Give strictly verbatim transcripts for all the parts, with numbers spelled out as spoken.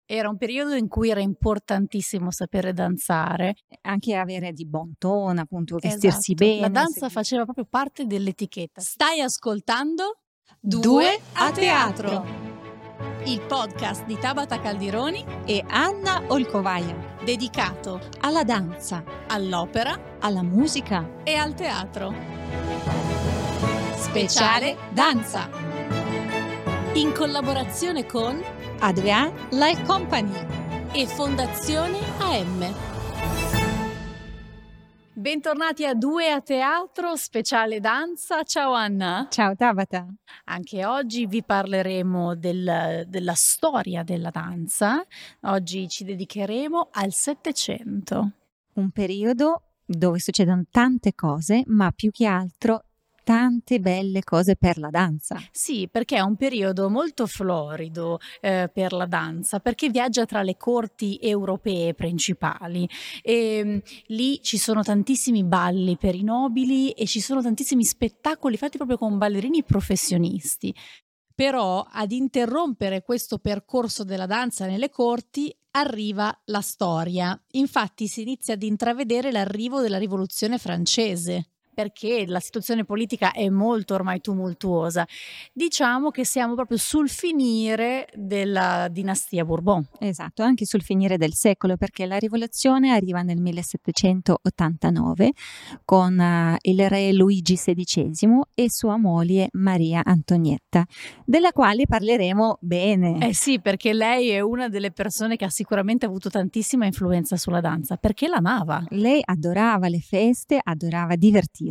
Era un periodo in cui era importantissimo sapere danzare. Anche avere di buon tono, appunto, vestirsi Esatto. bene. La danza seguire- faceva proprio parte dell'etichetta. Stai ascoltando Due a teatro. il podcast di Tabata Caldironi E Anna Olcovaia, dedicato alla danza, all'opera alla musica. e al teatro. Speciale danza. In collaborazione con Adrian Life Company. e Fondazione A M. Bentornati a Due a Teatro, speciale danza. Ciao Anna. Ciao Tabata. Anche oggi vi parleremo del- della storia della danza. Oggi ci dedicheremo al Settecento. Un periodo dove succedono tante cose, ma più che altro tante belle cose per la danza. Sì, perché è un periodo molto florido eh, per la danza, perché viaggia tra le corti europee principali e mh, lì ci sono tantissimi balli per i nobili e ci sono tantissimi spettacoli fatti proprio con ballerini professionisti. Però ad interrompere questo percorso della danza nelle corti arriva la storia. Infatti si inizia ad intravedere l'arrivo della rivoluzione francese, perché la situazione politica è molto ormai tumultuosa. Diciamo che siamo proprio sul finire della dinastia Bourbon. Esatto, anche sul finire del secolo, perché la rivoluzione arriva nel millesettecentottantanove con eh, il re Luigi sedicesimo e sua moglie Maria Antonietta, della quale parleremo bene. Eh sì, perché lei è una delle persone che ha sicuramente avuto tantissima influenza sulla danza, perché l'amava. Lei adorava le feste, adorava divertirsi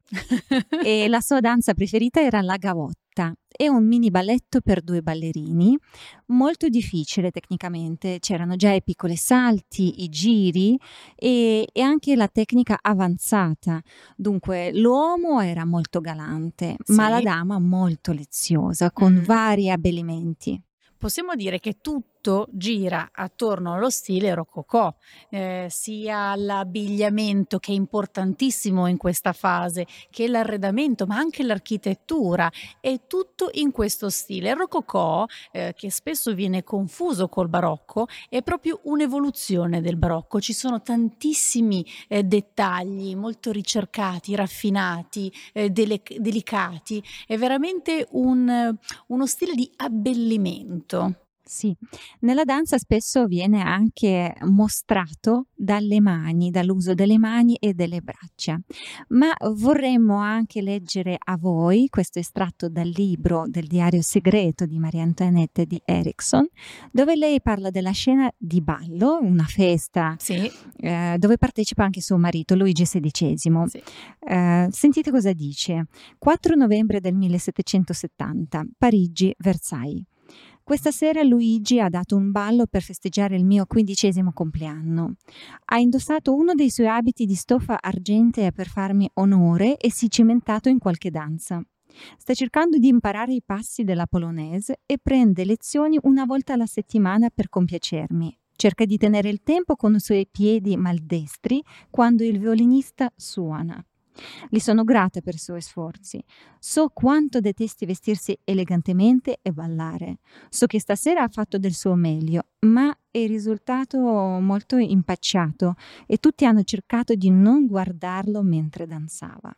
e la sua danza preferita era la gavotta. È un mini balletto per due ballerini, molto difficile tecnicamente. C'erano già i piccoli salti, i giri e, e anche la tecnica avanzata. Dunque l'uomo era molto galante, Sì. ma la dama molto leziosa, con Mm. vari abbellimenti. Possiamo dire che tutto gira attorno allo stile rococò, eh, sia l'abbigliamento, che è importantissimo in questa fase, che l'arredamento, ma anche l'architettura, è tutto in questo stile. Il rococò, eh, che spesso viene confuso col barocco, è proprio un'evoluzione del barocco. Ci sono tantissimi eh, dettagli molto ricercati, raffinati, eh, dele- delicati. È veramente un, uno stile di abbellimento. Sì, nella danza spesso viene anche mostrato dalle mani, dall'uso delle mani e delle braccia, ma vorremmo anche leggere a voi questo estratto dal libro del diario segreto di Maria Antoinette di Erickson, dove lei parla della scena di ballo, una festa Sì, eh, dove partecipa anche suo marito Luigi sedicesimo. sì. Eh, sentite cosa dice. quattro novembre del millesettecentosettanta, Parigi, Versailles. Questa sera Luigi ha dato un ballo per festeggiare il mio quindicesimo compleanno. Ha indossato uno dei suoi abiti di stoffa argentea per farmi onore e si è cimentato in qualche danza. Sta cercando di imparare i passi della polonaise e prende lezioni una volta alla settimana per compiacermi. Cerca di tenere il tempo con i suoi piedi maldestri quando il violinista suona. Gli sono grata per i suoi sforzi. So quanto detesti vestirsi elegantemente e ballare. So che stasera ha fatto del suo meglio, ma è risultato molto impacciato e tutti hanno cercato di non guardarlo mentre danzava.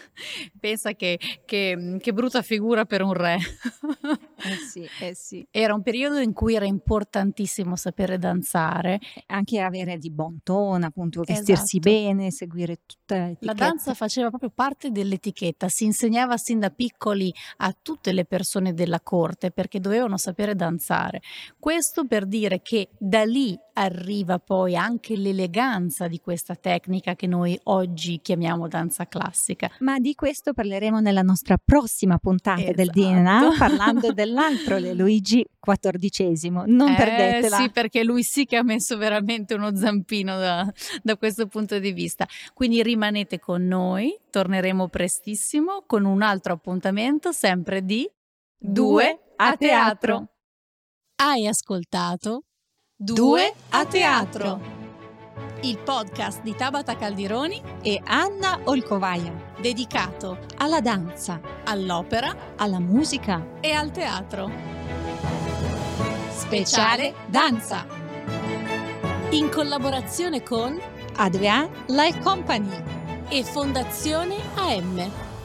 Pensa che, che, che brutta figura per un re. Eh sì, eh sì. Era un periodo in cui era importantissimo sapere danzare. Anche avere di buon tono, appunto, vestirsi Esatto. bene, seguire tutta l'etichetta. La danza faceva proprio parte dell'etichetta, si insegnava sin da piccoli a tutte le persone della corte perché dovevano sapere danzare. Questo per dire che da lì arriva poi anche l'eleganza di questa tecnica che noi oggi chiamiamo danza classica. Ma di questo parleremo nella nostra prossima puntata Esatto. del D N A, parlando dell'altro, le Luigi quattordicesimo. Non eh, perdetela. Sì, perché lui sì che ha messo veramente uno zampino da, da questo punto di vista. Quindi rimanete con noi, torneremo prestissimo con un altro appuntamento sempre di Due a teatro. Hai ascoltato Due a teatro. il podcast di Tabata Caldironi E Anna Olcovaia, dedicato alla danza, all'opera alla musica. e al teatro. Speciale Danza. In collaborazione con Adrian Life Company e Fondazione A M.